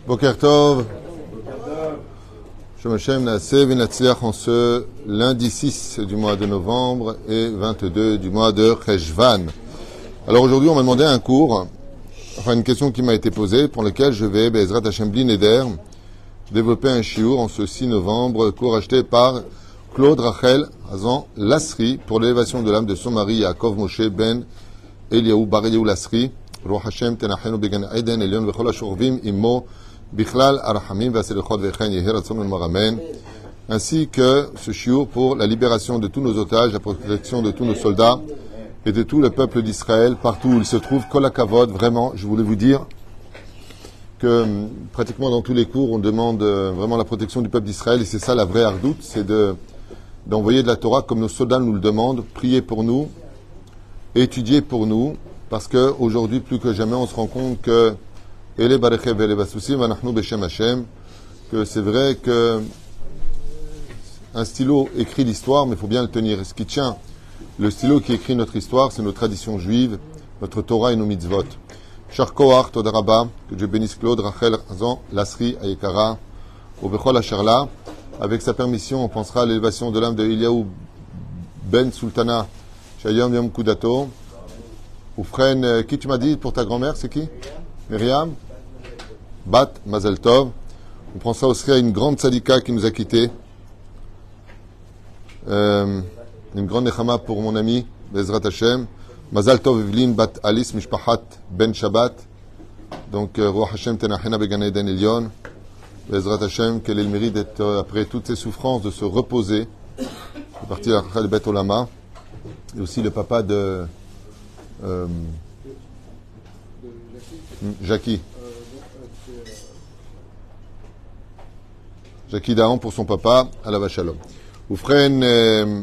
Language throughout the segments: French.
Boker Tov. Shem Hashem Naaseh V'Natzliach en ce lundi 6 du mois de novembre et 22 du mois de Cheshvan. Alors aujourd'hui, on m'a demandé un cours, une question qui m'a été posée, pour laquelle je vais, Be'ezrat Hashem Bli Neder, développer un shiur en ce 6 novembre, cours acheté par Claude Rachel Hazan Lasri pour l'élévation de l'âme de son mari Yaakov Moshe Ben Eliaou Bar Eliaou Lasri. Ruach Hashem tenachenu began Eden Elion v'chol hashorvim immo bichlal arachamim v'aselichot v'echen yehi ratzon v'maramen. Ainsi que ce shiur pour la libération de tous nos otages, la protection de tous nos soldats et de tout le peuple d'Israël partout où il se trouve. Kol hakavod, vraiment, je voulais vous dire que pratiquement dans tous les cours, on demande vraiment la protection du peuple d'Israël, et c'est ça la vraie hardout, c'est d'envoyer de la Torah comme nos soldats nous le demandent, prier pour nous, étudier pour nous, parce que aujourd'hui plus que jamais on se rend compte que que c'est vrai que un stylo écrit l'histoire, mais il faut bien le tenir. Et ce qui tient le stylo qui écrit notre histoire, c'est nos traditions juives, notre Torah et nos mitzvot. Shar Koach, Todaraba, que Dieu bénisse Claude, Rachel, Hazan, Lasri, Ayekara, au Bechol Asharla. Avec sa permission, on pensera à l'élévation de l'âme de Eliaou Ben Sultana, Shayom Yom Kudato. Oufren, qui tu m'as dit pour ta grand-mère, c'est qui? Myriam? Bat, Mazel Tov. On pensera aussi à une grande tzadika qui nous a quittés. Une grande nechama pour mon ami, Bezrat Hashem. Mazal Tov Evlin Bat Alice Mishpachat Ben Shabbat. Donc, Ruach Hashem Tenachena Began Eden Elion. Bezrat Hashem, quel est le mérite d'être, après toutes ces souffrances, de se reposer. C'est parti à la Bet Olama. Et aussi le papa de Jackie. Jackie Dahan pour son papa, à la Vachalom. Oufren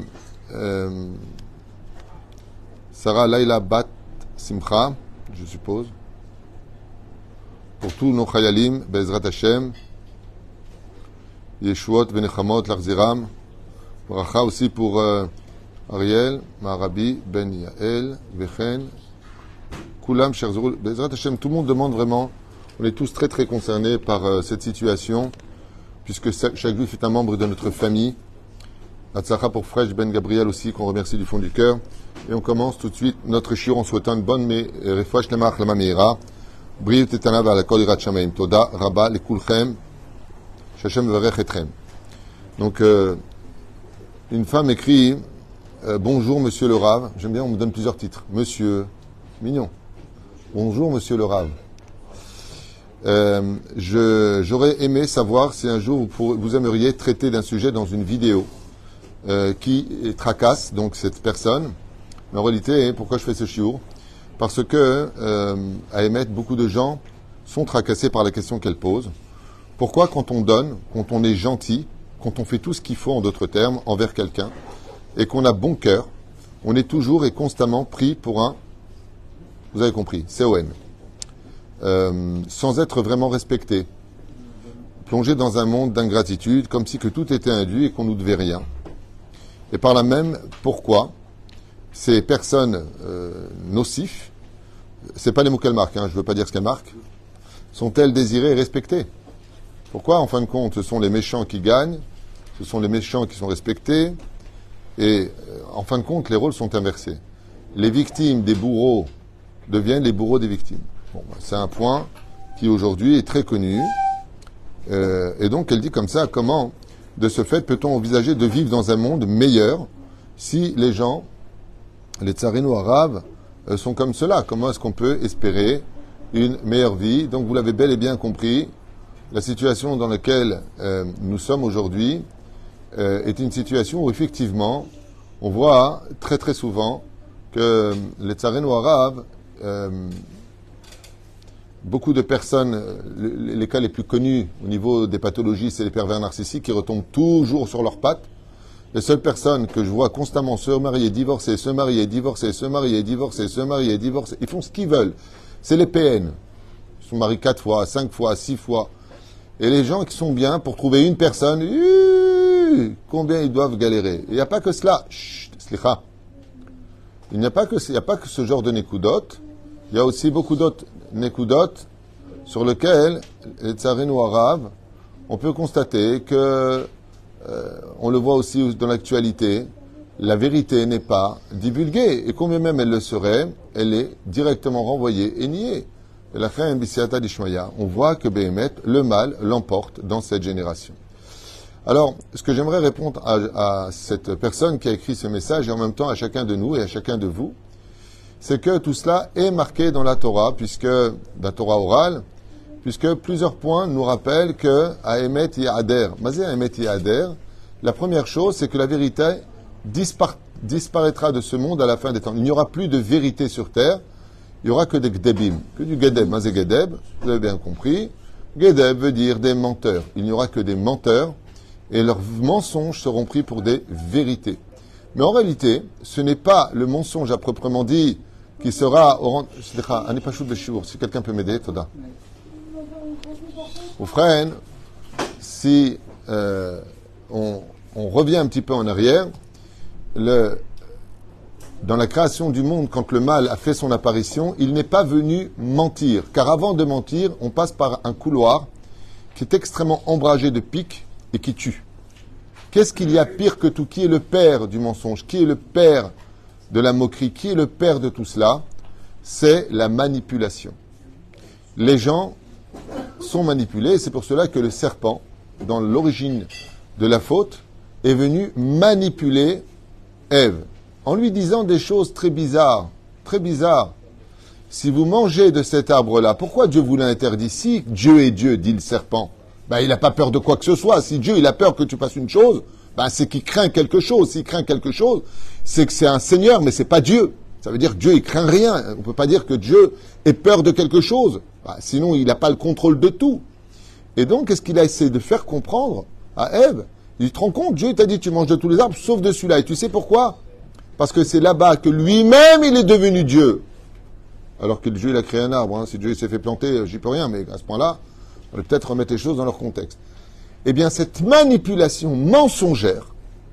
Sarah Laila Bat Simcha, je suppose. Pour tous nos Chayalim, Bezrat Hashem, Yeshuot, Benechamot, Larziram. Bracha aussi pour Ariel, Marabi, Ben Yael, Vechen, Kulam, Sherzurul, Bezrat Hashem. Tout le monde demande vraiment, on est tous très très concernés par cette situation, puisque chaque juif est un membre de notre famille. Hatzlacha pour Fresh Ben Gabriel aussi, qu'on remercie du fond du cœur. Et on commence tout de suite notre shiur en souhaitant une bonne refouach lemach lama meira. Briut etana va la kol irat shamayim. Toda rabba lekulchem. Shashem varech etrem. Donc, une femme écrit bonjour monsieur le Rav. J'aime bien, on me donne plusieurs titres. Monsieur, mignon. Bonjour monsieur le Rav. J'aurais aimé savoir si un jour vous aimeriez traiter d'un sujet dans une vidéo qui tracasse donc cette personne. Mais en réalité, pourquoi je fais ce shiur? Parce que à émettre, beaucoup de gens sont tracassés par la question qu'elle pose. Pourquoi quand on donne, quand on est gentil, quand on fait tout ce qu'il faut en d'autres termes envers quelqu'un, et qu'on a bon cœur, on est toujours et constamment pris pour un, vous avez compris, CON, sans être vraiment respecté, plongé dans un monde d'ingratitude, comme si que tout était indu et qu'on nous devait rien. Et par là même, pourquoi ces personnes nocifs, c'est pas les mots qu'elles marquent, je ne veux pas dire ce qu'elles marquent, sont-elles désirées et respectées? Pourquoi, en fin de compte, ce sont les méchants qui gagnent, ce sont les méchants qui sont respectés, et en fin de compte, les rôles sont inversés. Les victimes des bourreaux deviennent les bourreaux des victimes. Bon, c'est un point qui aujourd'hui est très connu, et donc elle dit comme ça, comment, de ce fait, peut-on envisager de vivre dans un monde meilleur si les gens, les tsarino arabes, sont comme cela? Comment est-ce qu'on peut espérer une meilleure vie? Donc vous l'avez bel et bien compris, la situation dans laquelle nous sommes aujourd'hui est une situation où effectivement on voit très très souvent que les tsarino arabes, beaucoup de personnes, les cas les plus connus au niveau des pathologies, c'est les pervers narcissiques qui retombent toujours sur leurs pattes. Les seules personnes que je vois constamment se marier, divorcer, se marier, divorcer, se marier, divorcer, se marier, divorcer, ils font ce qu'ils veulent. C'est les PN. Ils sont mariés 4 fois, 5 fois, 6 fois. Et les gens qui sont bien, pour trouver une personne, combien ils doivent galérer. Il n'y a pas que cela. Chut, slicha. Il n'y a pas que ce genre de nekudot. Il y a aussi beaucoup d'autres nekudot sur lequel, les tsarinu arabes, on peut constater que, on le voit aussi dans l'actualité, la vérité n'est pas divulguée. Et combien même elle le serait, elle est directement renvoyée et niée. Et la fin Bisiata d'Ishmaïa, on voit que Béhémet, le mal, l'emporte dans cette génération. Alors, ce que j'aimerais répondre à cette personne qui a écrit ce message, et en même temps à chacun de nous et à chacun de vous, c'est que tout cela est marqué dans la Torah, la Torah orale, puisque plusieurs points nous rappellent que Aemet Yahader, Mazé Aemet Yahader, la première chose, c'est que la vérité disparaîtra de ce monde à la fin des temps. Il n'y aura plus de vérité sur terre, il n'y aura que des Gdebim, que du Gedeb. Mazé Gedeb, vous avez bien compris. Gedeb veut dire des menteurs. Il n'y aura que des menteurs, et leurs mensonges seront pris pour des vérités. Mais en réalité, ce n'est pas le mensonge à proprement dit qui sera au rang... Si quelqu'un peut m'aider, Toda. Ou frère, si on revient un petit peu en arrière, dans la création du monde, quand le mal a fait son apparition, il n'est pas venu mentir. Car avant de mentir, on passe par un couloir qui est extrêmement ombragé de pics et qui tue. Qu'est-ce qu'il y a pire que tout? Qui est le père du mensonge? Qui est le père de la moquerie? Qui est le père de tout cela? C'est la manipulation. Les gens sont manipulés, et c'est pour cela que le serpent, dans l'origine de la faute, est venu manipuler Ève, en lui disant des choses très bizarres, très bizarres. Si vous mangez de cet arbre-là, pourquoi Dieu vous l'a interdit? Si Dieu est Dieu, dit le serpent, il n'a pas peur de quoi que ce soit. Si Dieu, il a peur que tu fasses une chose, c'est qu'il craint quelque chose. S'il craint quelque chose, c'est que c'est un Seigneur, mais c'est pas Dieu. Ça veut dire que Dieu, il craint rien. On ne peut pas dire que Dieu ait peur de quelque chose. Sinon, il n'a pas le contrôle de tout. Et donc, qu'est-ce qu'il a essayé de faire comprendre à Ève? Il te rend compte, Dieu t'a dit, tu manges de tous les arbres, sauf de celui-là. Et tu sais pourquoi? Parce que c'est là-bas que lui-même, il est devenu Dieu. Alors que Dieu, il a créé un arbre. Si Dieu, il s'est fait planter, j'y peux rien. Mais à ce point-là, on va peut-être remettre les choses dans leur contexte. Eh bien, cette manipulation mensongère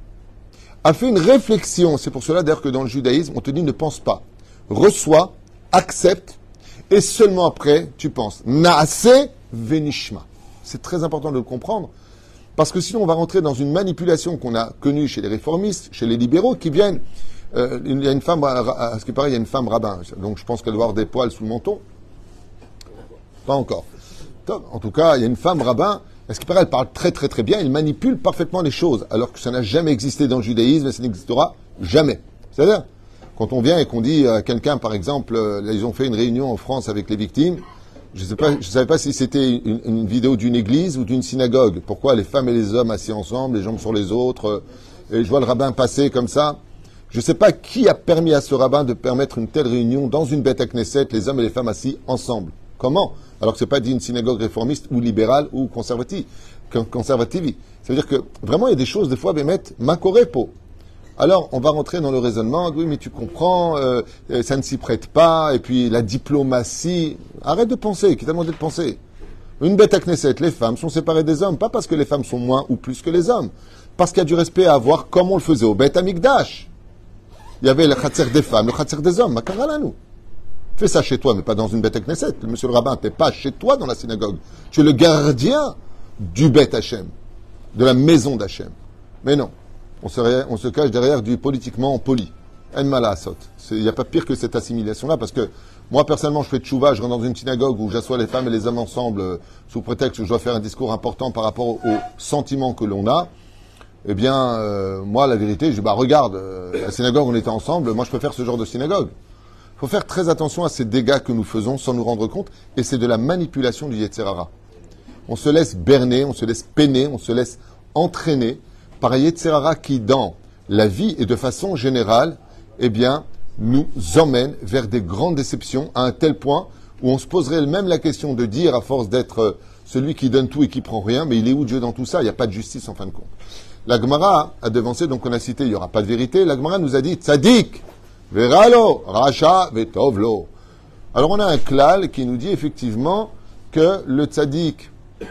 a fait une réflexion. C'est pour cela, d'ailleurs, que dans le judaïsme, on te dit ne pense pas. Reçois, accepte, et seulement après, tu penses. Naase venishma. C'est très important de le comprendre. Parce que sinon, on va rentrer dans une manipulation qu'on a connue chez les réformistes, chez les libéraux, qui viennent... il y a une femme, à ce qui paraît, il y a une femme rabbin. Donc, je pense qu'elle doit avoir des poils sous le menton. Pas encore. En tout cas, il y a une femme rabbin. À ce qui paraît, elle parle très très très bien. Elle manipule parfaitement les choses. Alors que ça n'a jamais existé dans le judaïsme et ça n'existera jamais. C'est-à-dire, quand on vient et qu'on dit à quelqu'un, par exemple, là, ils ont fait une réunion en France avec les victimes. Je ne savais pas si c'était une vidéo d'une église ou d'une synagogue. Pourquoi les femmes et les hommes assis ensemble, les jambes sur les autres, et je vois le rabbin passer comme ça. Je ne sais pas qui a permis à ce rabbin de permettre une telle réunion dans une bête à Knesset, les hommes et les femmes assis ensemble. Comment? Alors que ce n'est pas dit une synagogue réformiste ou libérale ou conservative. Ça veut dire que vraiment il y a des choses, des fois, mettre makorepo. Alors, on va rentrer dans le raisonnement. Oui, mais tu comprends, ça ne s'y prête pas. Et puis, la diplomatie. Arrête de penser. Qui t'a demandé de penser? Une bête à Knesset, les femmes sont séparées des hommes. Pas parce que les femmes sont moins ou plus que les hommes. Parce qu'il y a du respect à avoir comme on le faisait au Beth Amikdash. Il y avait le khatser des femmes, le khatser des hommes. Makarala, nous. Fais ça chez toi, mais pas dans une bête à Knesset. Monsieur le rabbin, t'es pas chez toi dans la synagogue. Tu es le gardien du Beth Hachem, de la maison d'Hachem. Mais non. On se cache derrière du politiquement poli. En malasot. Il n'y a pas pire que cette assimilation-là, parce que moi, personnellement, je fais tchouva, je rentre dans une synagogue où j'assois les femmes et les hommes ensemble, sous prétexte que je dois faire un discours important par rapport aux sentiments que l'on a. Eh bien, moi, la vérité, je dis, regarde, la synagogue, on était ensemble, moi, je peux faire ce genre de synagogue. Il faut faire très attention à ces dégâts que nous faisons sans nous rendre compte, et c'est de la manipulation du Yetzer Hara. On se laisse berner, on se laisse peiner, on se laisse entraîner par un Yetzer Hara qui, dans la vie et de façon générale, eh bien, nous emmène vers des grandes déceptions à un tel point où on se poserait même la question de dire, à force d'être celui qui donne tout et qui prend rien, mais il est où Dieu dans tout ça? Il n'y a pas de justice en fin de compte. La Gemara a devancé, donc on a cité, il n'y aura pas de vérité. La Gemara nous a dit, tzadik, veralo, racha, vetovlo. Alors on a un klal qui nous dit effectivement que le tzadik,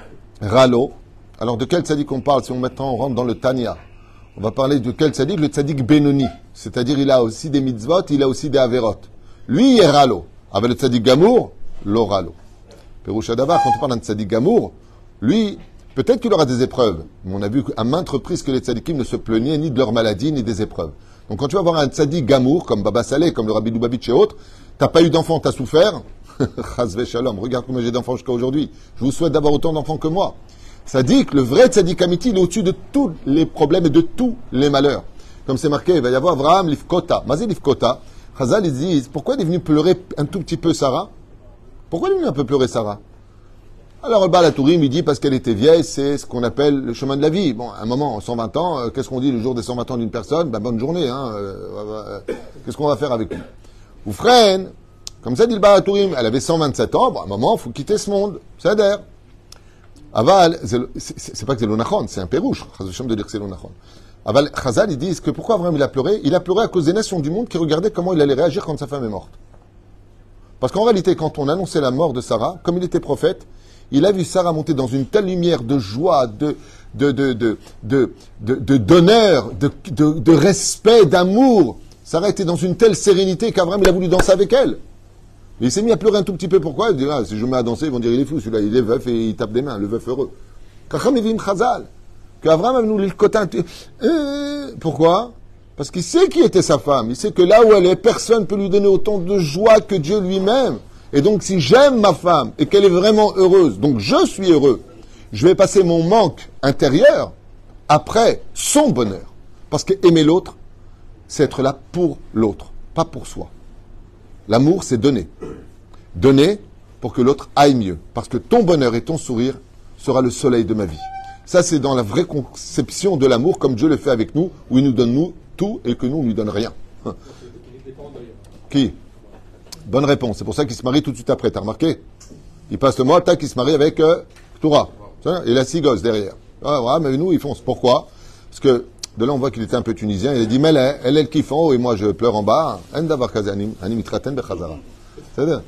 ralo, alors de quel tzadik on parle? Si on maintenant on rentre dans le Tanya, on va parler de quel tzadik? Le tzadik Benoni. C'est-à-dire il a aussi des mitzvot, il a aussi des averot. Lui, il est ralo. Avec le tzadik Gamour, lo ralo. Perouchadavar, quand on parle d'un tzaddik gamour, lui, peut-être qu'il aura des épreuves. Mais on a vu à maintes reprises que les tzaddikim ne se plaignaient ni de leur maladie, ni des épreuves. Donc quand tu vas voir un tzaddik gamour, comme Baba Saleh, comme le Rabbi Lubavitch et autres, t'as pas eu d'enfant, t'as souffert. Chazve shalom, regarde combien j'ai d'enfants jusqu'à aujourd'hui. Je vous souhaite d'avoir autant d'enfants que moi. Ça dit que le vrai tzaddik amiti, il est au-dessus de tous les problèmes et de tous les malheurs. Comme c'est marqué, il va y avoir Avraham Lifkota. Mazé Lifkota. Chazal, ils disent, pourquoi il est venu pleurer un tout petit peu Sarah? Pourquoi il est venu un peu pleurer Sarah? Alors le Baal HaTurim, il dit parce qu'elle était vieille, c'est ce qu'on appelle le chemin de la vie. Bon, à un moment, 120 ans, qu'est-ce qu'on dit le jour des 120 ans d'une personne? Ben, bonne journée, hein. Qu'est-ce qu'on va faire avec lui? Ou Freine, comme ça dit le Baal HaTurim, elle avait 127 ans, bon, à un moment, il faut quitter ce monde. C'est adhère. Aval, c'est pas que c'est l'onachon, c'est un pérouche. Chazal de dire que c'est l'onachon. Aval, Chazal, ils disent que pourquoi Abraham il a pleuré? Il a pleuré à cause des nations du monde qui regardaient comment il allait réagir quand sa femme est morte. Parce qu'en réalité, quand on annonçait la mort de Sarah, comme il était prophète, il a vu Sarah monter dans une telle lumière de joie, d'honneur, de respect, d'amour. Sarah était dans une telle sérénité qu'Abraham, il a voulu danser avec elle. Mais il s'est mis à pleurer un tout petit peu. Pourquoi? Il dit, ah, si je me mets à danser, ils vont dire, il est fou, celui-là, il est veuf et il tape des mains, le veuf heureux. Kacham Evim Chazal. Qu'Abraham a venu le cotin. Pourquoi? Parce qu'il sait qui était sa femme. Il sait que là où elle est, personne ne peut lui donner autant de joie que Dieu lui-même. Et donc, si j'aime ma femme et qu'elle est vraiment heureuse, donc je suis heureux, je vais passer mon manque intérieur après son bonheur. Parce que aimer l'autre, c'est être là pour l'autre, pas pour soi. L'amour, c'est donner. Donner pour que l'autre aille mieux. Parce que ton bonheur et ton sourire sera le soleil de ma vie. Ça, c'est dans la vraie conception de l'amour, comme Dieu le fait avec nous, où il nous donne nous tout et que nous, on ne lui donne rien. Qui? Bonne réponse. C'est pour ça qu'il se marie tout de suite après. T'as remarqué? Il passe le mois, tac, il se marie avec Torah. Il a 6 gosses derrière. Ah, voilà, mais nous, ils foncent. Pourquoi? Parce que de là, on voit qu'il était un peu tunisien. Il a dit, mais elle kiffe en haut et moi, je pleure en bas. C'est-à-dire,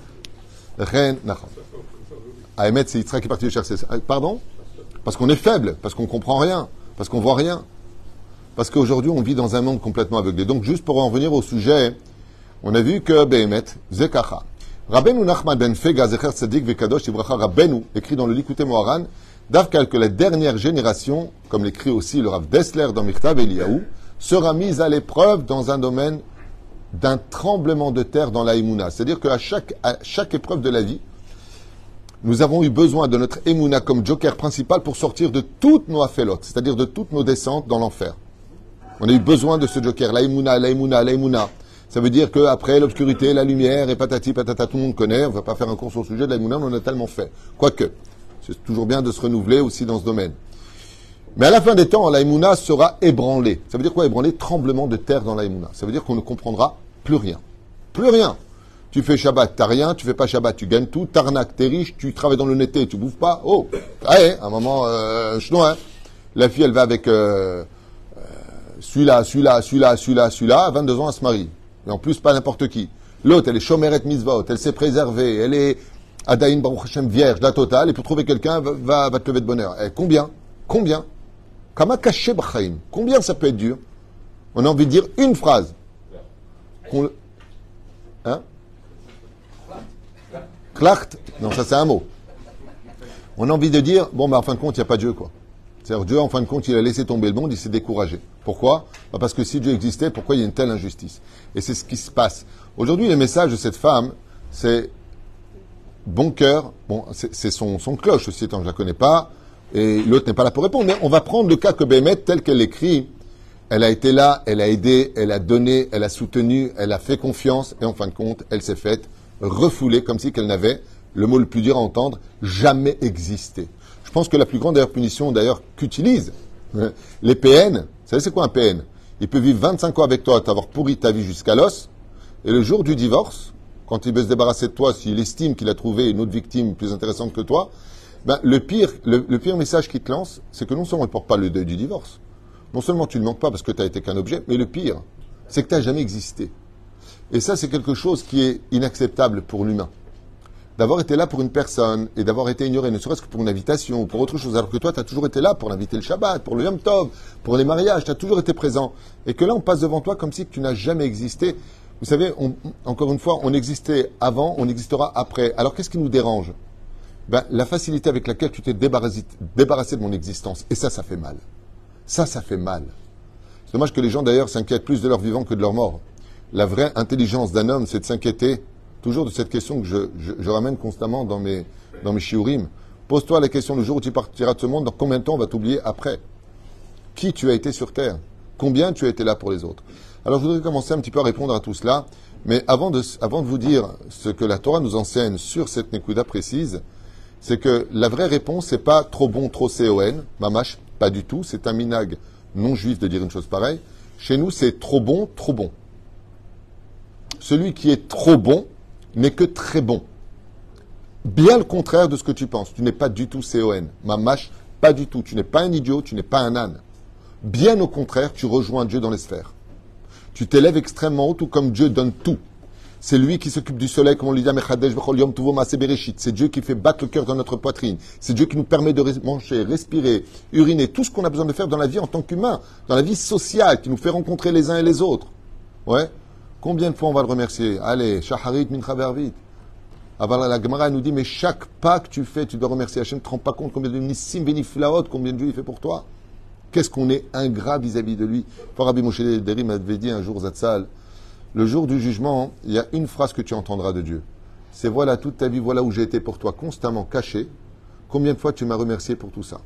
Ahmed, c'est Yitzhak qui est parti chercher ça. Pardon? Parce qu'on est faible, parce qu'on comprend rien, parce qu'on voit rien. Parce qu'aujourd'hui, on vit dans un monde complètement aveuglé. Donc, juste pour en revenir au sujet, on a vu que Behemet, Zekacha. Rabbeinu Nachman ben Fega, Zecher Tzadik Vekadosh Ibracha Rabbeinu, écrit dans le Likutei Moharan, d'Avkal que la dernière génération, comme l'écrit aussi le Rav Dessler dans Michtav Eliyahu, sera mise à l'épreuve dans un domaine d'un tremblement de terre dans la Emouna. C'est-à-dire qu'à chaque épreuve de la vie, nous avons eu besoin de notre Emouna comme joker principal pour sortir de toutes nos afélotes, c'est-à-dire de toutes nos descentes dans l'enfer. On a eu besoin de ce joker, la Emouna, la Emouna, la Emouna. Ça veut dire qu'après l'obscurité, la lumière et patati patata, tout le monde connaît. On ne va pas faire un cours sur le sujet de la Emouna, on en a tellement fait. Quoique, c'est toujours bien de se renouveler aussi dans ce domaine. Mais à la fin des temps, la Emouna sera ébranlée. Ça veut dire quoi, ébranlée? Tremblement de terre dans la Emouna. Ça veut dire qu'on ne comprendra plus rien. Plus rien. Tu fais Shabbat, t'as rien. Tu fais pas Shabbat, tu gagnes tout. T'arnaques, t'es riche. Tu travailles dans l'honnêteté, tu bouffes pas. Oh, allez, à un moment, chinois. La fille, elle va avec celui-là. À 22 ans, elle se marie. Et en plus, pas n'importe qui. L'autre, elle est Shomeret Mitzvot, elle s'est préservée, elle est Adaïn Baruch Hashem vierge, la totale, et pour trouver quelqu'un, va te lever de bonheur. Et combien? Kama kaché b'chaim. Combien ça peut être dur? On a envie de dire une phrase. Hein? Klacht? Non, ça c'est un mot. On a envie de dire, bon, en fin de compte, il n'y a pas Dieu, quoi. C'est-à-dire, Dieu, en fin de compte, il a laissé tomber le monde, il s'est découragé. Pourquoi? Parce que si Dieu existait, pourquoi il y a une telle injustice? Et c'est ce qui se passe. Aujourd'hui, le message de cette femme, c'est bon cœur. Bon, c'est son cloche aussi, tant que je la connais pas. Et l'autre n'est pas là pour répondre. Mais on va prendre le cas que Bémet, tel qu'elle l'écrit. Elle a été là, elle a aidé, elle a donné, elle a soutenu, elle a fait confiance. Et en fin de compte, elle s'est faite refouler comme si qu'elle n'avait, le mot le plus dur à entendre, jamais existé. Je pense que la plus grande punition, d'ailleurs, qu'utilisent les PN, vous savez c'est quoi un PN? Il peut vivre 25 ans avec toi, t'avoir pourri ta vie jusqu'à l'os, et le jour du divorce, quand il veut se débarrasser de toi, s'il estime qu'il a trouvé une autre victime plus intéressante que toi, ben, le pire message qu'il te lance, c'est que non seulement il ne porte pas le deuil du divorce, non seulement tu ne manques pas parce que tu n'as été qu'un objet, mais le pire, c'est que tu n'as jamais existé. Et ça, c'est quelque chose qui est inacceptable pour l'humain. D'avoir été là pour une personne et d'avoir été ignoré, ne serait-ce que pour une invitation ou pour autre chose, alors que toi, tu as toujours été là pour l'inviter le Shabbat, pour le Yom Tov, pour les mariages, tu as toujours été présent. Et que là, on passe devant toi comme si tu n'as jamais existé. Vous savez, encore une fois, on existait avant, on existera après. Alors, qu'est-ce qui nous dérange? ben, la facilité avec laquelle tu t'es débarrassé de mon existence. Et ça fait mal. Ça fait mal. C'est dommage que les gens, d'ailleurs, s'inquiètent plus de leur vivant que de leur mort. La vraie intelligence d'un homme, c'est de s'inquiéter toujours de cette question que je ramène constamment dans mes shiurim. Pose-toi la question, le jour où tu partiras de ce monde, dans combien de temps on va t'oublier après? Qui tu as été sur Terre? Combien tu as été là pour les autres? Alors, je voudrais commencer un petit peu à répondre à tout cela. Mais avant de vous dire ce que la Torah nous enseigne sur cette Nekuda précise, c'est que la vraie réponse, c'est pas trop bon, trop CON, mamash, pas du tout. C'est un minag non juif de dire une chose pareille. Chez nous, c'est trop bon, trop bon. Celui qui est trop bon n'est que très bon. Bien le contraire de ce que tu penses. Tu n'es pas du tout CON. Mamash, pas du tout. Tu n'es pas un idiot, tu n'es pas un âne. Bien au contraire, tu rejoins Dieu dans les sphères. Tu t'élèves extrêmement haut, tout comme Dieu donne tout. C'est lui qui s'occupe du soleil, comme on lui dit, c'est Dieu qui fait battre le cœur dans notre poitrine. C'est Dieu qui nous permet de manger, respirer, uriner, tout ce qu'on a besoin de faire dans la vie en tant qu'humain, dans la vie sociale, qui nous fait rencontrer les uns et les autres. Ouais. Combien de fois on va le remercier? Allez, Shaharit min Chavervit. Avant la Gemara nous dit, mais chaque pas que tu fais, tu dois remercier Hachem. Tu ne te rends pas compte combien de Nissim Beniflaot, combien de Dieu il fait pour toi? Qu'est-ce qu'on est ingrat vis-à-vis de lui? Rabbi Moshe Deri m'avait dit un jour, Zatzal, le jour du jugement, il y a une phrase que tu entendras de Dieu. C'est voilà toute ta vie, voilà où j'ai été pour toi, constamment caché. Combien de fois tu m'as remercié pour tout ça?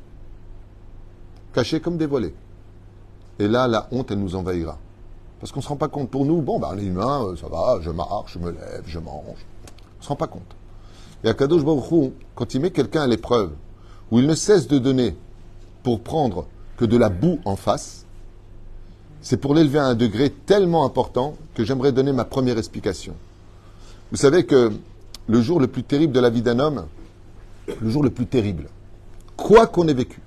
Caché comme dévoilé. Et là, la honte, elle nous envahira. Parce qu'on ne se rend pas compte. Pour nous, bon, ben, les humains, ça va, je marche, je me lève, je mange. On ne se rend pas compte. Et à Kadosh Baruch Hu, quand il met quelqu'un à l'épreuve, où il ne cesse de donner pour prendre que de la boue en face, c'est pour l'élever à un degré tellement important que j'aimerais donner ma première explication. Vous savez que le jour le plus terrible de la vie d'un homme, le jour le plus terrible, quoi qu'on ait vécu.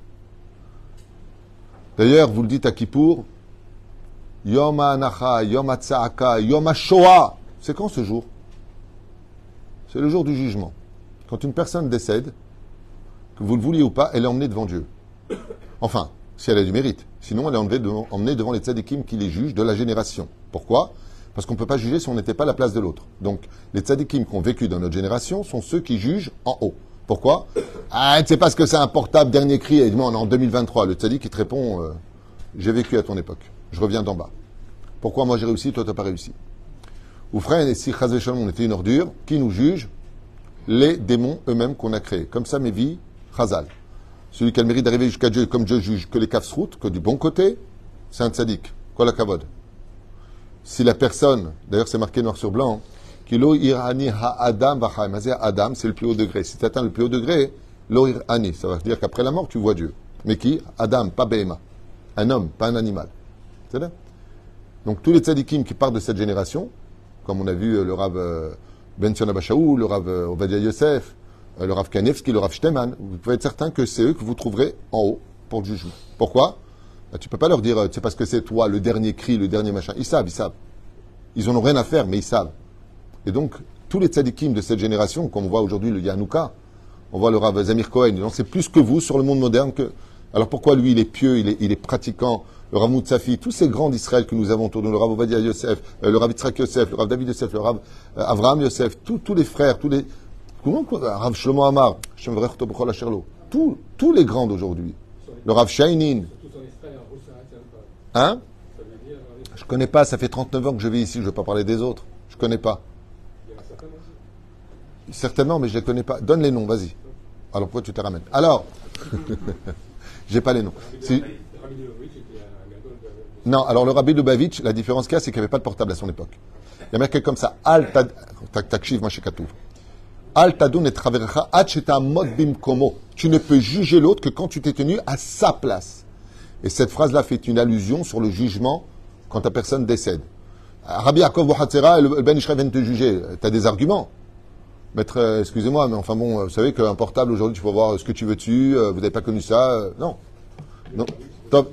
D'ailleurs, vous le dites à Kippour, Yom HaAnacha, Yom HaTza'aka, Yom HaShoah. C'est quand ce jour? C'est le jour du jugement. Quand une personne décède, que vous le vouliez ou pas, elle est emmenée devant Dieu. Enfin, si elle a du mérite. Sinon, elle est emmenée devant les tzadikim qui les jugent de la génération. Pourquoi? Parce qu'on ne peut pas juger si on n'était pas à la place de l'autre. Donc, les tzadikim qui ont vécu dans notre génération sont ceux qui jugent en haut. Pourquoi? Ah, tu sais pas ce que c'est un portable, dernier cri, et on est en 2023. Le tzadik, il te répond, j'ai vécu à ton époque. Je reviens d'en bas. Pourquoi moi j'ai réussi, toi t'as pas réussi? Ou frère, et si Chaz v'Shalom, on était une ordure, qui nous juge? Les démons eux-mêmes qu'on a créés. Comme ça, mes vies, Chazal. Celui qui a le mérite d'arriver jusqu'à Dieu, comme Dieu juge que les kafsrout, que du bon côté, c'est un tzaddik. Kol hakavod. Si la personne, d'ailleurs c'est marqué noir sur blanc, Kilo irani ha-adam v'chaim. Adam, c'est le plus haut degré. Si tu atteins le plus haut degré, lo irani, ça veut dire qu'après la mort, tu vois Dieu. Mais qui? Adam, pas Behema. Un homme, pas un animal. C'est là. Donc tous les tzadikim qui partent de cette génération, comme on a vu le Rav Ben Sion Abashaou, le Rav Ovadia Yosef, le Rav Kanevski, le Rav Shteman, vous pouvez être certain que c'est eux que vous trouverez en haut pour le jugement. Pourquoi? Tu ne peux pas leur dire, c'est parce que c'est toi, le dernier cri, le dernier machin. Ils savent. Ils n'en ont rien à faire, mais ils savent. Et donc, tous les tzadikim de cette génération, comme on voit aujourd'hui le Yanouka, on voit le Rav Zamir Cohen, il en sait plus que vous sur le monde moderne que... Alors pourquoi lui, il est pieux, il est pratiquant, le Rav Moutsafi, tous ces grands d'Israël que nous avons autour de nous, le Rav Ovadia Yosef, le Rav Yitzhak Yosef, le Rav David Yosef, le Rav Avraham Yosef, tous les frères, Rav Shlomo Amar, tous les grands d'aujourd'hui, le Rav Shainin. Hein? Je connais pas, ça fait 39 ans que je vis ici, je ne veux pas parler des autres. Je connais pas. Certainement, mais je les connais pas. Donne les noms, vas-y. Alors pourquoi tu te ramènes? Alors, j'ai pas les noms. Non, alors le Rabbi Lubavitch, la différence qu'il y a, c'est qu'il n'y avait pas de portable à son époque. Il y a marqué comme ça, tu ne peux juger l'autre que quand tu t'es tenu à sa place. Et cette phrase-là fait une allusion sur le jugement quand ta personne décède. Rabbi Yaakov Bohatzera, le Ben Ishraï vient de te juger. Tu as des arguments. Maître, excusez-moi, mais enfin bon, vous savez qu'un portable aujourd'hui, tu peux voir ce que tu veux dessus, vous n'avez pas connu ça. Non. Non. Top.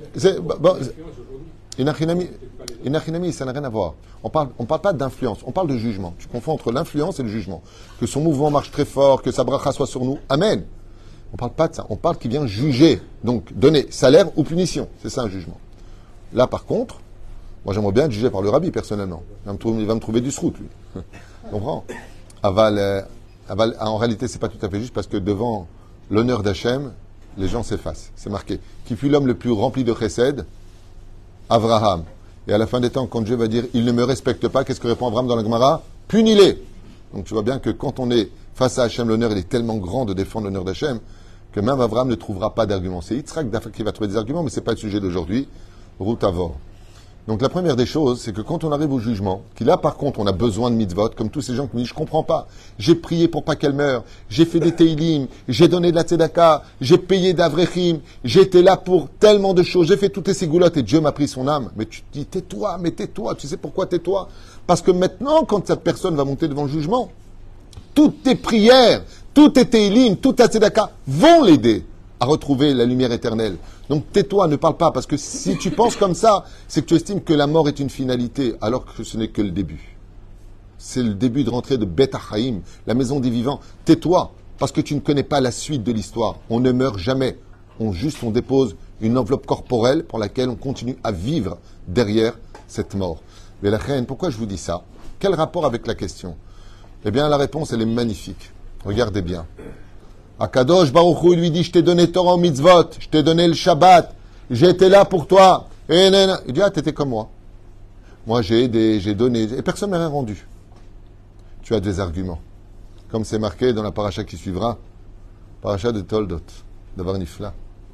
Inachinami, ça n'a rien à voir. On parle pas d'influence, on parle de jugement. Tu confonds entre l'influence et le jugement. Que son mouvement marche très fort, que sa bracha soit sur nous. Amen. On parle pas de ça. On parle qu'il vient juger. Donc, donner salaire ou punition. C'est ça un jugement. Là, par contre, moi j'aimerais bien être jugé par le rabbi, personnellement. Il va me trouver du srout, lui. Tu comprends? Aval, En réalité, c'est pas tout à fait juste parce que devant l'honneur d'Hachem, les gens s'effacent. C'est marqué. Qui fut l'homme le plus rempli de chesed? Avraham. Et à la fin des temps, quand Dieu va dire il ne me respecte pas, qu'est-ce que répond Abraham dans la Gemara? Punis-les. Donc tu vois bien que quand on est face à Hachem, l'honneur il est tellement grand de défendre l'honneur d'Hachem que même Abraham ne trouvera pas d'arguments. C'est Yitzhak qui va trouver des arguments, mais ce n'est pas le sujet d'aujourd'hui. Route avant. Donc la première des choses, c'est que quand on arrive au jugement, qui là par contre on a besoin de mitzvot, comme tous ces gens qui me disent je comprends pas, j'ai prié pour pas qu'elle meure, j'ai fait des teilim, j'ai donné de la tzedaka, j'ai payé d'avrechim, j'étais là pour tellement de choses, j'ai fait toutes ces goulottes et Dieu m'a pris son âme. Mais tu te dis tais-toi, mais tais-toi, tu sais pourquoi tais-toi? Parce que maintenant quand cette personne va monter devant le jugement, toutes tes prières, tous tes teilim, toute ta tzedaka vont l'aider à retrouver la lumière éternelle. Donc tais-toi, ne parle pas, parce que si tu penses comme ça, c'est que tu estimes que la mort est une finalité, alors que ce n'est que le début. C'est le début de rentrer de Bet Hachaim, la maison des vivants. Tais-toi, parce que tu ne connais pas la suite de l'histoire. On ne meurt jamais. On dépose une enveloppe corporelle pour laquelle on continue à vivre derrière cette mort. Mais la reine, pourquoi je vous dis ça? Quel rapport avec la question? Eh bien, la réponse, elle est magnifique. Regardez bien. Akadosh Baruch Hu lui dit, je t'ai donné Torah mitzvot, je t'ai donné le Shabbat, j'étais là pour toi. Il dit, ah, t'étais comme moi. Moi, j'ai aidé, j'ai donné, et personne ne m'a rien rendu. Tu as des arguments. Comme c'est marqué dans la paracha qui suivra, paracha de Toldot, de Varnifla.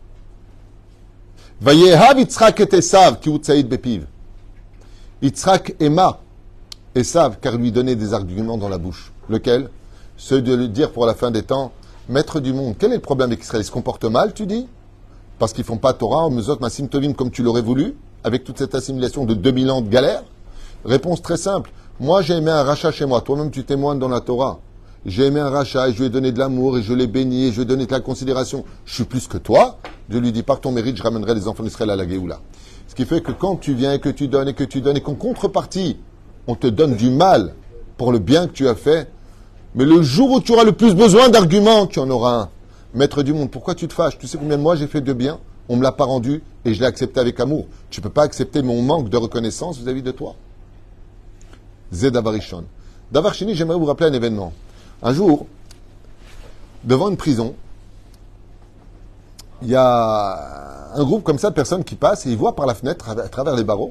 Vayehav Yitzhak et Esav, ki utzaïd bepiv. Yitzhak aima Esav, car lui donnait des arguments dans la bouche. Lequel? Ceux de lui dire pour la fin des temps, maître du monde, quel est le problème avec Israël? Ils se comportent mal, tu dis? Parce qu'ils font pas Torah, Mezot, Masim Tovim, comme tu l'aurais voulu, avec toute cette assimilation de 2000 ans de galère? Réponse très simple. Moi, j'ai aimé un rachat chez moi. Toi-même, tu témoignes dans la Torah. J'ai aimé un rachat et je lui ai donné de l'amour et je l'ai béni et je lui ai donné de la considération. Je suis plus que toi. Dieu lui dit, par ton mérite, je ramènerai les enfants d'Israël à la Géoula. Ce qui fait que quand tu viens et que tu donnes et qu'en contrepartie, on te donne du mal pour le bien que tu as fait, mais le jour où tu auras le plus besoin d'arguments, tu en auras un. Maître du monde, pourquoi tu te fâches? Tu sais combien de mois j'ai fait de bien? On ne me l'a pas rendu et je l'ai accepté avec amour. Tu ne peux pas accepter mon manque de reconnaissance vis-à-vis de toi. Zé Davarishon. Davarchini, j'aimerais vous rappeler un événement. Un jour, devant une prison, il y a un groupe comme ça de personnes qui passent et ils voient par la fenêtre, à travers les barreaux,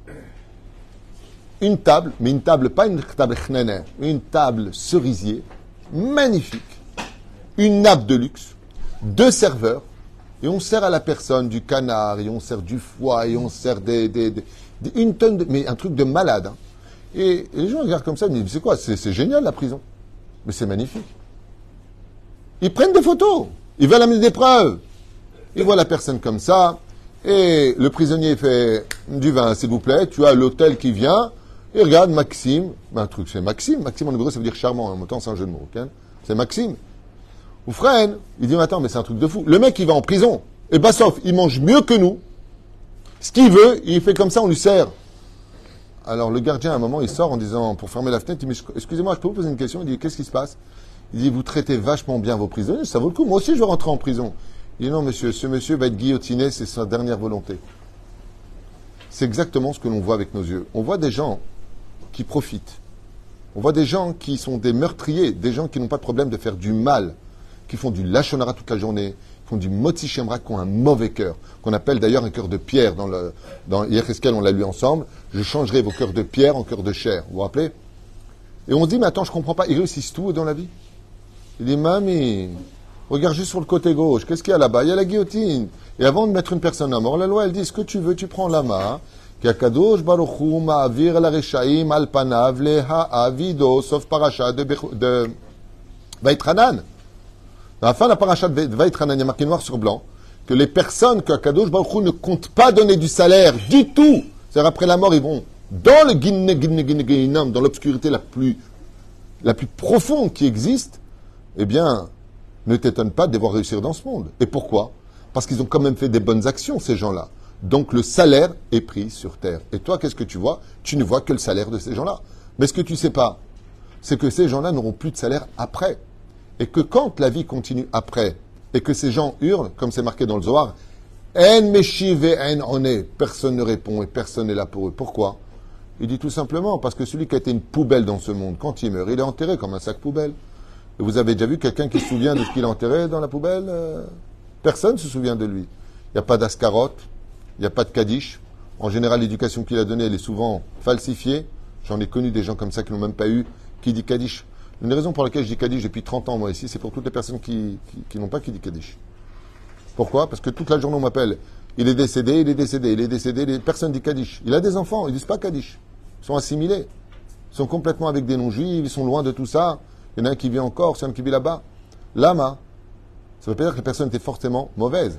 une table, mais une table, pas une table chnene, une table cerisier, magnifique, une nappe de luxe, 2 serveurs, et on sert à la personne du canard, et on sert du foie, et on sert une tonne de... Mais un truc de malade. Hein. Et les gens regardent comme ça, ils me disent, c'est quoi? C'est génial la prison. Mais c'est magnifique. Ils prennent des photos, ils veulent amener des preuves. Ils voient la personne comme ça, et le prisonnier fait du vin, s'il vous plaît, tu as l'hôtel qui vient, et regarde Maxime, un truc, c'est Maxime. Maxime en hébreu, ça veut dire charmant, en même temps, c'est un jeu de mots. Okay, c'est Maxime. Ou Fren, il dit, mais attends, mais c'est un truc de fou. Le mec, il va en prison. Et Bassof, il mange mieux que nous. Ce qu'il veut, il fait comme ça, on lui sert. Alors, le gardien, à un moment, il sort en disant, pour fermer la fenêtre, il dit, mais excusez-moi, je peux vous poser une question? Il dit, qu'est-ce qui se passe? Il dit, vous traitez vachement bien vos prisonniers, ça vaut le coup. Moi aussi, je veux rentrer en prison. Il dit, non, monsieur, ce monsieur va être guillotiné, c'est sa dernière volonté. C'est exactement ce que l'on voit avec nos yeux. On voit des gens qui profitent. On voit des gens qui sont des meurtriers, des gens qui n'ont pas de problème de faire du mal, qui font du lachonara toute la journée, qui font du motzi shemra, qui ont un mauvais cœur, qu'on appelle d'ailleurs un cœur de pierre. Dans Yecheskel, on l'a lu ensemble. Je changerai vos cœurs de pierre en cœurs de chair. Vous vous rappelez? Et on se dit, mais attends, je comprends pas. Ils réussissent tout dans la vie. Il dit, mamie, regarde juste sur le côté gauche. Qu'est-ce qu'il y a là-bas? Il y a la guillotine. Et avant de mettre une personne à mort, la loi, elle dit, ce que tu veux, tu prends la main. Qu'Akadosh Baruch Hu ma'avir la reshaim al panav leha avido, sauf paracha de Vaïtranan. Dans la fin de la paracha de Vaïtranan, il y a marqué noir sur blanc que les personnes qu'Akadosh Baruch Hu ne compte pas donner du salaire du tout, c'est-à-dire après la mort, ils vont dans le Ginnem, dans l'obscurité la plus profonde qui existe, eh bien, ne t'étonne pas de les voir réussir dans ce monde. Et pourquoi? Parce qu'ils ont quand même fait des bonnes actions, ces gens-là. Donc le salaire est pris sur terre. Et toi, qu'est-ce que tu vois? Tu ne vois que le salaire de ces gens-là. Mais ce que tu ne sais pas, c'est que ces gens-là n'auront plus de salaire après. Et que quand la vie continue après, et que ces gens hurlent, comme c'est marqué dans le Zohar, En meshiv et en oné, personne ne répond et personne n'est là pour eux. Pourquoi? Il dit tout simplement parce que celui qui a été une poubelle dans ce monde, quand il meurt, il est enterré comme un sac poubelle. Et vous avez déjà vu quelqu'un qui se souvient de ce qu'il a enterré dans la poubelle? Personne ne se souvient de lui. Il n'y a pas d'ascarote, il n'y a pas de kaddish. En général, l'éducation qu'il a donnée, elle est souvent falsifiée. J'en ai connu des gens comme ça qui n'ont même pas eu qui dit kaddish. Une des raisons pour laquelle je dis kaddish depuis 30 ans, moi, ici, c'est pour toutes les personnes qui n'ont pas qui dit kaddish. Pourquoi? Parce que toute la journée, on m'appelle. Il est décédé, il est décédé, il est décédé. Personne dit kaddish. Il a des enfants, ils ne disent pas kaddish. Ils sont assimilés. Ils sont complètement avec des noms juifs, ils sont loin de tout ça. Il y en a un qui vit en Corse, il y en a un qui vit là-bas. Lama. Ça ne veut pas dire que les personnes étaient forcément mauvaises.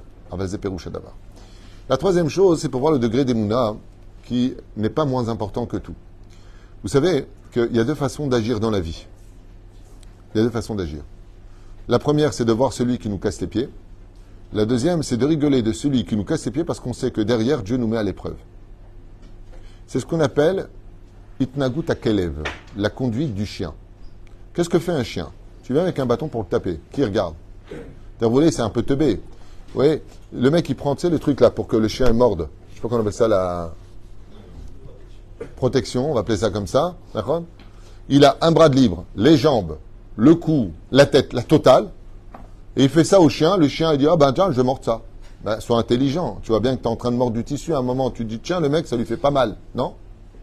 La troisième chose, c'est pour voir le degré d'Emouna, qui n'est pas moins important que tout. Vous savez qu'il y a deux façons d'agir dans la vie. Il y a deux façons d'agir. La première, c'est de voir celui qui nous casse les pieds. La deuxième, c'est de rigoler de celui qui nous casse les pieds parce qu'on sait que derrière, Dieu nous met à l'épreuve. C'est ce qu'on appelle Itnagut Akelev, la conduite du chien. Qu'est-ce que fait un chien? Tu viens avec un bâton pour le taper. Qui regarde? Vous voyez, c'est un peu teubé. Vous voyez, le mec, il prend, tu sais, le truc là pour que le chien morde. Je sais pas comment on appelle ça, la protection, on va appeler ça comme ça. D'accord? Il a un bras de libre, les jambes, le cou, la tête, la totale. Et il fait ça au chien. Le chien, il dit, ah ben tiens, je vais mordre ça. Ben, sois intelligent. Tu vois bien que tu es en train de mordre du tissu. À un moment, tu te dis, tiens, le mec, ça lui fait pas mal. Non?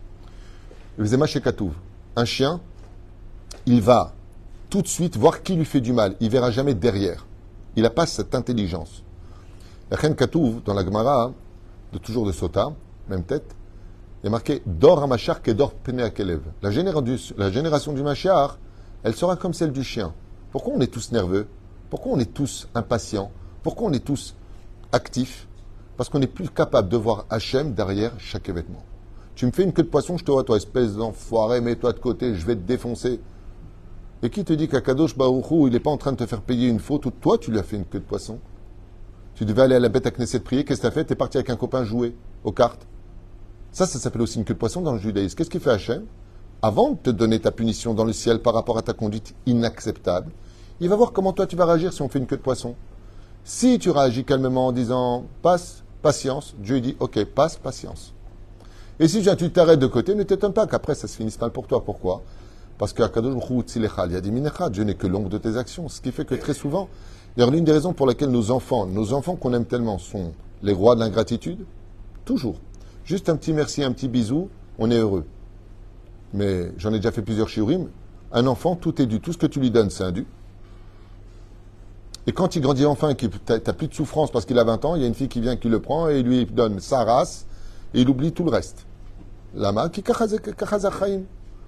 Zema chez Katouv. Un chien, il va tout de suite voir qui lui fait du mal. Il verra jamais derrière. Il n'a pas cette intelligence. La reine Katouv, dans la Gemara, de toujours de Sota, même tête, il y a marqué Dor Hamashar Kedor Pene Akelev. La génération du Machar, elle sera comme celle du chien. Pourquoi on est tous nerveux? Pourquoi on est tous impatients? Pourquoi on est tous actifs? Parce qu'on n'est plus capable de voir Hachem derrière chaque événement. Tu me fais une queue de poisson, je te vois, toi, espèce d'enfoiré, mets-toi de côté, je vais te défoncer. Et qui te dit qu'Akadosh Baruch Hu, il n'est pas en train de te faire payer une faute, ou toi, tu lui as fait une queue de poisson? Tu devais aller à la bête à Knesset prier, qu'est-ce que tu as fait? Tu es parti avec un copain jouer aux cartes. Ça s'appelle aussi une queue de poisson dans le judaïsme. Qu'est-ce qu'il fait Hachem? Avant de te donner ta punition dans le ciel par rapport à ta conduite inacceptable, il va voir comment toi tu vas réagir si on fait une queue de poisson. Si tu réagis calmement en disant passe, patience, Dieu dit ok, passe, patience. Et si tu t'arrêtes de côté, ne t'étonne pas qu'après ça se finisse mal pour toi. Pourquoi? Parce que Dieu n'est que l'ombre de tes actions. Ce qui fait que très souvent, d'ailleurs, l'une des raisons pour lesquelles nos enfants qu'on aime tellement, sont les rois de l'ingratitude, toujours. Juste un petit merci, un petit bisou, on est heureux. Mais j'en ai déjà fait plusieurs shiurim. Un enfant, tout est dû. Tout ce que tu lui donnes, c'est un dû. Et quand il grandit enfin et que tu n'as plus de souffrance parce qu'il a 20 ans, il y a une fille qui vient qui le prend et lui donne sa race et il oublie tout le reste. Lama ki kachazachaim.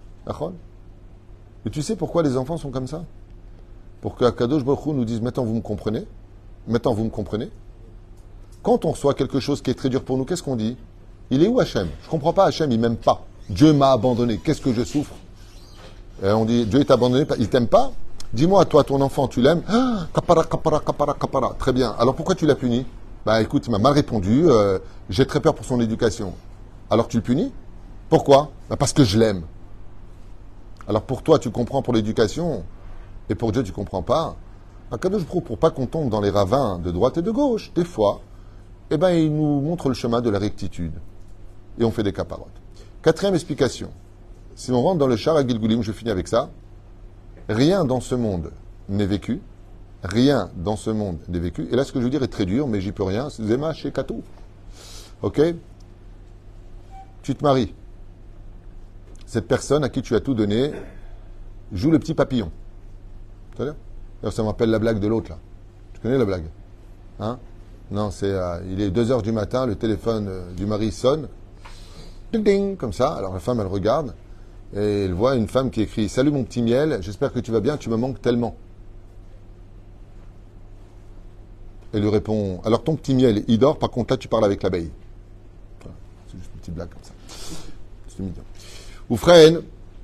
Et tu sais pourquoi les enfants sont comme ça? Pour que Akadosh Baruch Hu nous dise maintenant vous me comprenez? Maintenant vous me comprenez? Quand on reçoit quelque chose qui est très dur pour nous, qu'est-ce qu'on dit? Il est où Hachem? Je ne comprends pas Hachem, il m'aime pas. Dieu m'a abandonné. Qu'est-ce que je souffre? Et on dit Dieu t'a abandonné, il t'aime pas? Dis-moi, toi, ton enfant, tu l'aimes? Ah, kapara, kapara, kapara, kapara. Très bien. Alors pourquoi tu l'as puni? Bah écoute, il m'a mal répondu, j'ai très peur pour son éducation. Alors tu le punis? Pourquoi? Bah, parce que je l'aime. Alors pour toi, tu comprends pour l'éducation, et pour Dieu, tu comprends pas. Akadosh Baruch Hu, pour pas qu'on tombe dans les ravins de droite et de gauche, des fois, eh ben, il nous montre le chemin de la rectitude. Et on fait des caparottes. Quatrième explication. Si on rentre dans le char à Gilgulim, je finis avec ça. Rien dans ce monde n'est vécu. Rien dans ce monde n'est vécu. Et là, ce que je veux dire est très dur, mais j'y peux rien. C'est Zema chez Katou. Ok? Tu te maries. Cette personne à qui tu as tout donné joue le petit papillon. C'est-à-dire? Ça m'appelle la blague de l'autre, là. Tu connais la blague? Hein? Non, c'est, il est 2h du matin, le téléphone du mari sonne. Ding, ding, comme ça. Alors la femme, elle regarde. Et elle voit une femme qui écrit « Salut mon petit miel, j'espère que tu vas bien, tu me manques tellement. » Elle lui répond « Alors ton petit miel, il dort, par contre là tu parles avec l'abeille. » Voilà. C'est juste une petite blague comme ça. C'est mignon. Oufren,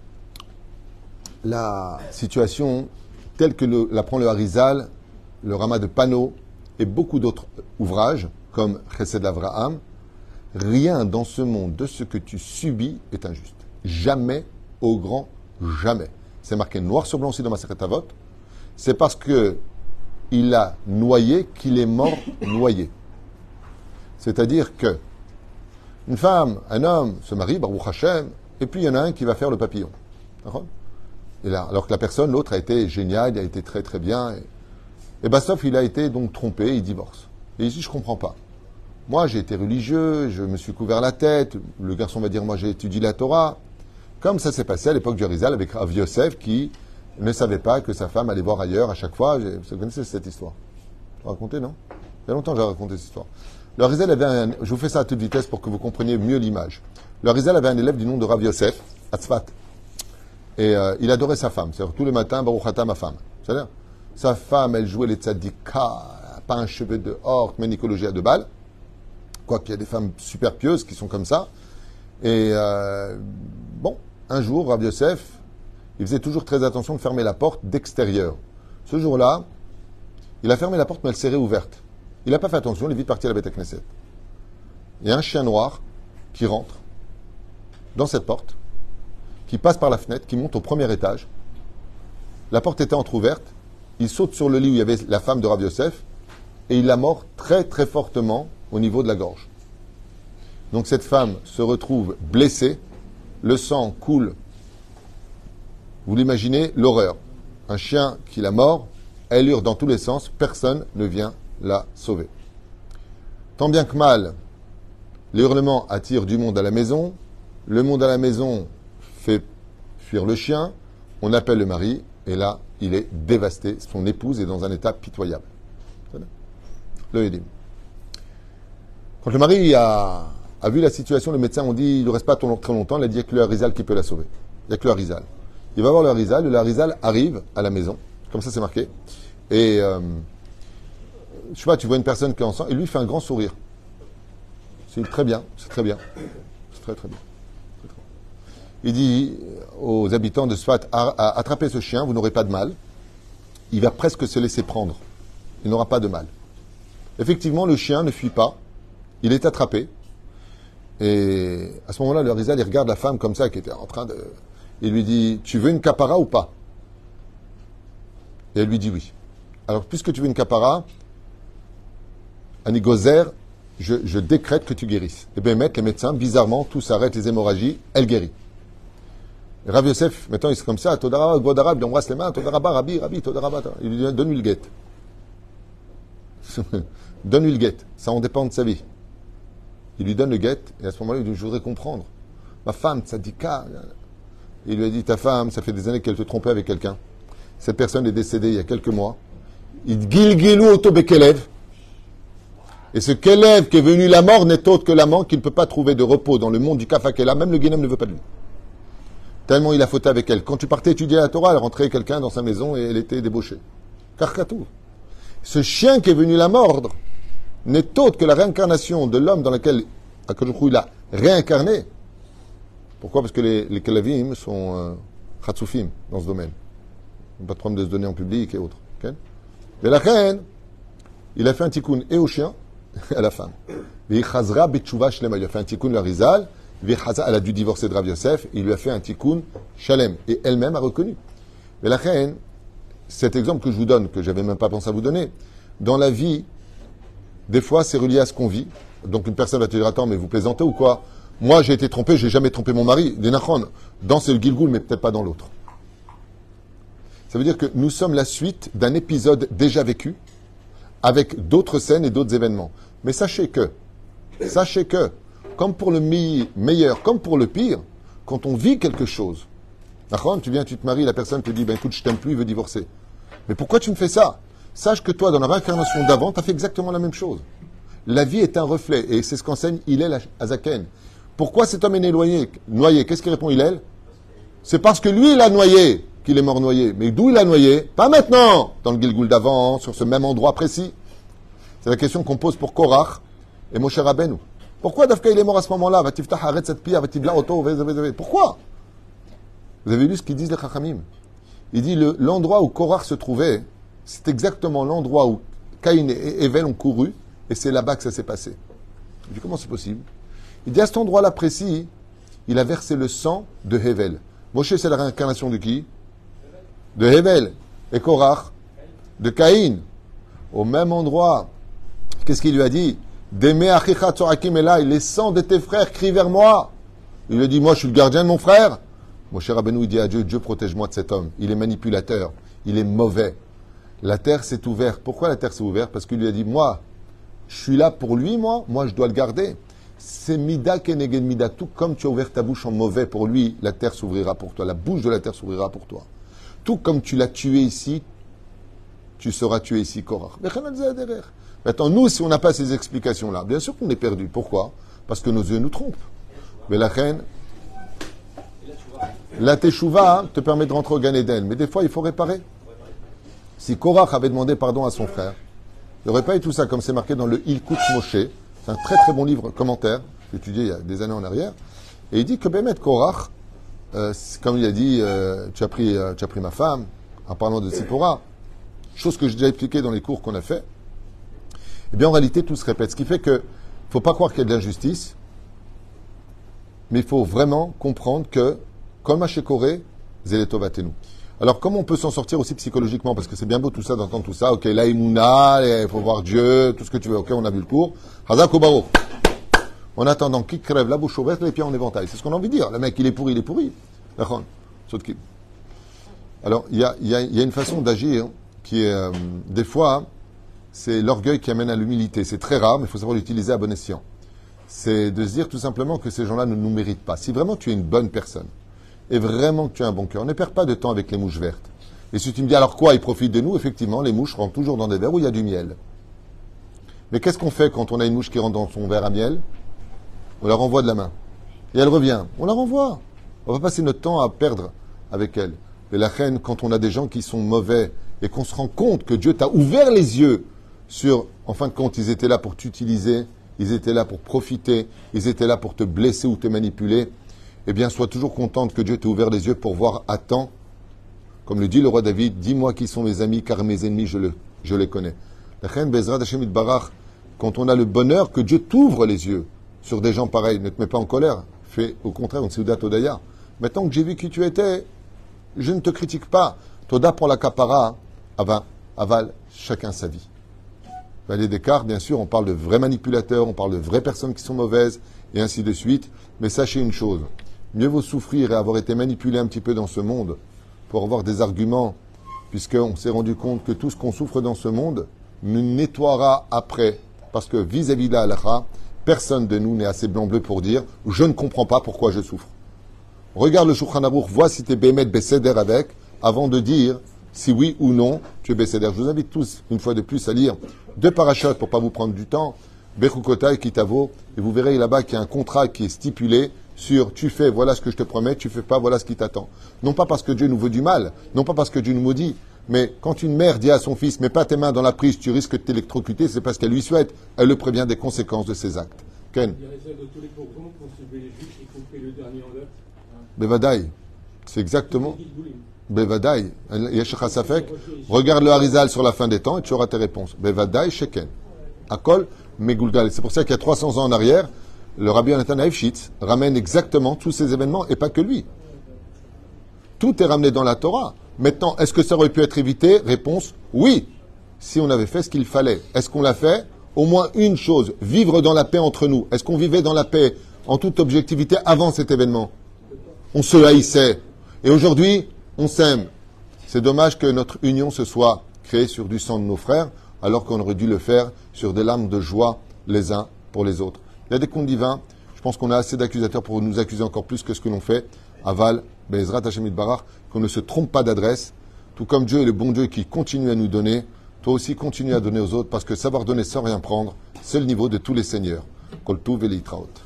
la situation telle que l'apprend le Harizal, le Rama de Pano et beaucoup d'autres ouvrages, comme Chesed l'Avraham, rien dans ce monde de ce que tu subis est injuste. Jamais, au grand jamais. C'est marqué noir sur blanc aussi dans ma Masechet Avot. C'est parce que il a noyé qu'il est mort noyé. C'est-à-dire que une femme, un homme se marie, Baruch Hashem, et puis il y en a un qui va faire le papillon. Et là, alors que la personne, l'autre, a été génial, il a été très très bien. Et Bassov, il a été donc trompé, il divorce. Et ici, je comprends pas. Moi, j'ai été religieux, je me suis couvert la tête. Le garçon va dire, moi, j'ai étudié la Torah. Comme ça s'est passé à l'époque du Harizal avec Rav Yosef qui ne savait pas que sa femme allait voir ailleurs à chaque fois. Vous connaissez cette histoire? Je l'ai raconté, non? Il y a longtemps que j'ai raconté cette histoire. Le Harizal avait je vous fais ça à toute vitesse pour que vous compreniez mieux l'image. Le Harizal avait un élève du nom de Rav Yosef, à Tzfat. Et il adorait sa femme. C'est-à-dire tous les matins, Baruch Ata, ma femme. C'est-à-dire, sa femme, elle jouait les tzadika, pas un cheveu de hort, ménicologie à 2 balles. Quoiqu'il y a des femmes super pieuses qui sont comme ça. Et bon, un jour, Rav Yosef, il faisait toujours très attention de fermer la porte d'extérieur. Ce jour-là, il a fermé la porte, mais elle s'est réouverte. Il n'a pas fait attention, il est vite parti à la Beth Knesset. Il y a un chien noir qui rentre dans cette porte, qui passe par la fenêtre, qui monte au premier étage. La porte était entrouverte. Il saute sur le lit où il y avait la femme de Rav Yosef et il la mord très très fortement au niveau de la gorge. Donc cette femme se retrouve blessée, le sang coule. Vous l'imaginez, l'horreur. Un chien qui la mord, elle hurle dans tous les sens, personne ne vient la sauver. Tant bien que mal, les hurlements attirent du monde à la maison, le monde à la maison fait fuir le chien, on appelle le mari, et là, il est dévasté. Son épouse est dans un état pitoyable. Le Edim. Quand le mari a vu la situation, le médecin ont dit, il ne reste pas très longtemps, il a dit, il n'y a que le Harizal qui peut la sauver. Il n'y a que le Harizal. Il va voir le Harizal, le Harizal arrive à la maison, comme ça c'est marqué, et je sais pas, tu vois une personne qui est enceinte, et lui fait un grand sourire. C'est très bien, c'est très bien. C'est très très bien. Il dit aux habitants de Sfat, attrapez ce chien, vous n'aurez pas de mal. Il va presque se laisser prendre. Il n'aura pas de mal. Effectivement, le chien ne fuit pas. Il est attrapé. Et à ce moment-là, le Harizal, il regarde la femme comme ça, qui était en train de... Il lui dit, tu veux une capara ou pas? Et elle lui dit oui. Alors, puisque tu veux une capara, Anigozer, je décrète que tu guérisses. Et bien, les médecins, bizarrement, tout s'arrête, les hémorragies, elle guérit. Et Rav Yosef, maintenant, il est comme ça, Todaraba, Gvodarab, il embrasse les mains, Todaraba, Rabbi, Todaraba. Il lui dit, donne-lui le guet. Donne-lui le guet. Ça en dépend de sa vie. Il lui donne le guet, et à ce moment-là, il dit, je voudrais comprendre. Ma femme, tzadika. Il lui a dit, ta femme, ça fait des années qu'elle te trompait avec quelqu'un. Cette personne est décédée il y a quelques mois. Il gilgilou otobekelev. Et ce Kelev qui est venu la mort n'est autre que l'amant qui ne peut pas trouver de repos dans le monde du Kafakela. Même le Guénem ne veut pas de lui. Tellement il a fauté avec elle. Quand tu partais étudier la Torah, elle rentrait quelqu'un dans sa maison et elle était débauchée. Karkatou. Ce chien qui est venu la mordre n'est autre que la réincarnation de l'homme dans lequel Akadosh il a réincarné. Pourquoi? Parce que les Kelavim sont Khatsoufim dans ce domaine. Ils n'ont pas de problème de se donner en public et autres. Okay? Mais la reine, il a fait un tikkun et au chien, à la femme. Il a fait un tikkun le Harizal. Elle a dû divorcer de Rav Yosef. Il lui a fait un tikkun shalem. Et elle-même a reconnu. Mais la reine, cet exemple que je vous donne, que j'avais même pas pensé à vous donner, dans la vie, des fois, c'est relié à ce qu'on vit. Donc une personne va te dire, attends, mais vous plaisantez ou quoi? Moi, j'ai été trompé, j'ai jamais trompé mon mari. Des nachon. Dans c'est le Gilgoul, mais peut-être pas dans l'autre. Ça veut dire que nous sommes la suite d'un épisode déjà vécu, avec d'autres scènes et d'autres événements. Mais sachez que, comme pour le meilleur, comme pour le pire, quand on vit quelque chose, tu viens, tu te maries, la personne te dit, ben écoute, je t'aime plus, il veut divorcer. Mais pourquoi tu me fais ça? Sache que toi, dans la réincarnation d'avant, tu as fait exactement la même chose. La vie est un reflet, et c'est ce qu'enseigne Hillel Azaken. Pourquoi cet homme est noyé? Qu'est-ce qu'il répond Hillel? C'est parce que lui, il a noyé qu'il est mort noyé. Mais d'où il a noyé? Pas maintenant, dans le Gilgoul d'avant, sur ce même endroit précis. C'est la question qu'on pose pour Korach et Moshe Rabbeinu. Pourquoi Dafka il est mort à ce moment-là? Pourquoi? Vous avez lu ce qu'ils disent les Chachamim? Il dit l'endroit où Korach se trouvait, c'est exactement l'endroit où Caïn et Evel ont couru, et c'est là-bas que ça s'est passé. Il dit comment c'est possible? Il dit à cet endroit-là précis, il a versé le sang de Hevel. Moshe, c'est la réincarnation de qui? De Hevel. Et Korach, de Caïn. Au même endroit, qu'est-ce qu'il lui a dit? D'aimer Achicha Tzorakim Elai, les sangs de tes frères crient vers moi. Il lui a dit, moi je suis le gardien de mon frère. Mon cher Rabbeinu, il dit à Dieu, Dieu protège-moi de cet homme. Il est manipulateur, il est mauvais. La terre s'est ouverte. Pourquoi la terre s'est ouverte? Parce qu'il lui a dit, moi, je suis là pour lui, moi je dois le garder. C'est mida keneged mida. Tout comme tu as ouvert ta bouche en mauvais pour lui, la terre s'ouvrira pour toi. La bouche de la terre s'ouvrira pour toi. Tout comme tu l'as tué ici, tu seras tué ici, Korach. Maintenant, nous, si on n'a pas ces explications-là, bien sûr qu'on est perdu. Pourquoi? Parce que nos yeux nous trompent. Mais la reine, la teshuva te permet de rentrer au Gan Eden. Mais des fois, il faut réparer. Si Korach avait demandé pardon à son frère, il n'aurait pas eu tout ça, comme c'est marqué dans le Ilkut Moshe. C'est un très très bon livre, commentaire, étudié il y a des années en arrière. Et il dit que Bémet Korach, comme il a dit, tu as pris ma femme, en parlant de Sipora, chose que j'ai déjà expliqué dans les cours qu'on a fait. Eh bien, en réalité, tout se répète. Ce qui fait que, il ne faut pas croire qu'il y a de l'injustice, mais il faut vraiment comprendre que, comme à Shekoré, Zéletovatenu. Alors, comment on peut s'en sortir aussi psychologiquement? Parce que c'est bien beau tout ça, d'entendre tout ça. Ok, là,Imouna, il faut voir Dieu, tout ce que tu veux. Ok, on a vu le cours. Hazak ou Baro. En attendant, qui crève la bouche ouverte, les pieds en éventail. C'est ce qu'on a envie de dire. Le mec, il est pourri, il est pourri. Alors, il y a une façon d'agir qui est, des fois, c'est l'orgueil qui amène à l'humilité. C'est très rare, mais il faut savoir l'utiliser à bon escient. C'est de se dire tout simplement que ces gens-là ne nous méritent pas. Si vraiment tu es une bonne personne, et vraiment que tu as un bon cœur, ne perds pas de temps avec les mouches vertes. Et si tu me dis alors quoi, ils profitent de nous, effectivement, les mouches rentrent toujours dans des verres où il y a du miel. Mais qu'est-ce qu'on fait quand on a une mouche qui rentre dans son verre à miel? On la renvoie de la main. Et elle revient. On la renvoie. On va passer notre temps à perdre avec elle. Mais la reine, quand on a des gens qui sont mauvais et qu'on se rend compte que Dieu t'a ouvert les yeux sur, en fin de compte, ils étaient là pour t'utiliser, ils étaient là pour profiter, ils étaient là pour te blesser ou te manipuler, eh bien, sois toujours contente que Dieu t'ait ouvert les yeux pour voir à temps. Comme le dit le roi David, dis-moi qui sont mes amis, car mes ennemis, je les connais. La reine Bezrat Hashem Itbarach, quand on a le bonheur que Dieu t'ouvre les yeux sur des gens pareils, ne te mets pas en colère. Fais au contraire une Seudat Odaya. Maintenant que j'ai vu qui tu étais, je ne te critique pas. Toda pour la kapara, aval, chacun sa vie. Vallée d'écart, bien sûr, on parle de vrais manipulateurs, on parle de vraies personnes qui sont mauvaises, et ainsi de suite. Mais sachez une chose, mieux vaut souffrir et avoir été manipulé un petit peu dans ce monde pour avoir des arguments, puisqu'on s'est rendu compte que tout ce qu'on souffre dans ce monde nous nettoiera après. Parce que vis-à-vis de la halakha, personne de nous n'est assez blanc-bleu pour dire « je ne comprends pas pourquoi je souffre ». Regarde le Shulchan Aruch, vois si tu es Bémet Besséder avec, avant de dire si oui ou non tu es Besséder. Je vous invite tous, une fois de plus, à lire 2 parachutes pour ne pas vous prendre du temps, Bechukota et Kitavo, et vous verrez là-bas qu'il y a un contrat qui est stipulé sur tu fais, voilà ce que je te promets, tu fais pas, voilà ce qui t'attend. Non pas parce que Dieu nous veut du mal, non pas parce que Dieu nous maudit, mais quand une mère dit à son fils, mets pas tes mains dans la prise, tu risques de t'électrocuter, c'est parce qu'elle lui souhaite, elle le prévient des conséquences de ses actes. Ken. Il y a les aides de tous les pogroms pour sauver les juifs, y compris le dernier en date. Bevadaï, c'est exactement. Bevadaï, Yeshach Safek, regarde le Harizal sur la fin des temps et tu auras tes réponses. Bevadaï, Sheken. Akol, Megulgal. C'est pour ça qu'il y a 300 ans en arrière, le Rabbi Yonatan Eifshitz ramène exactement tous ces événements et pas que lui. Tout est ramené dans la Torah. Maintenant, est-ce que ça aurait pu être évité? Réponse, oui. Si on avait fait ce qu'il fallait. Est-ce qu'on l'a fait? Au moins une chose, vivre dans la paix entre nous. Est-ce qu'on vivait dans la paix en toute objectivité avant cet événement? On se haïssait. Et aujourd'hui, on s'aime. C'est dommage que notre union se soit créée sur du sang de nos frères, alors qu'on aurait dû le faire sur des larmes de joie les uns pour les autres. Il y a des comptes divins. Je pense qu'on a assez d'accusateurs pour nous accuser encore plus que ce que l'on fait. Aval, Bezrat Hashem Itbarach, qu'on ne se trompe pas d'adresse. Tout comme Dieu est le bon Dieu qui continue à nous donner, toi aussi continue à donner aux autres, parce que savoir donner sans rien prendre, c'est le niveau de tous les seigneurs. Kol Tuv Velitraot.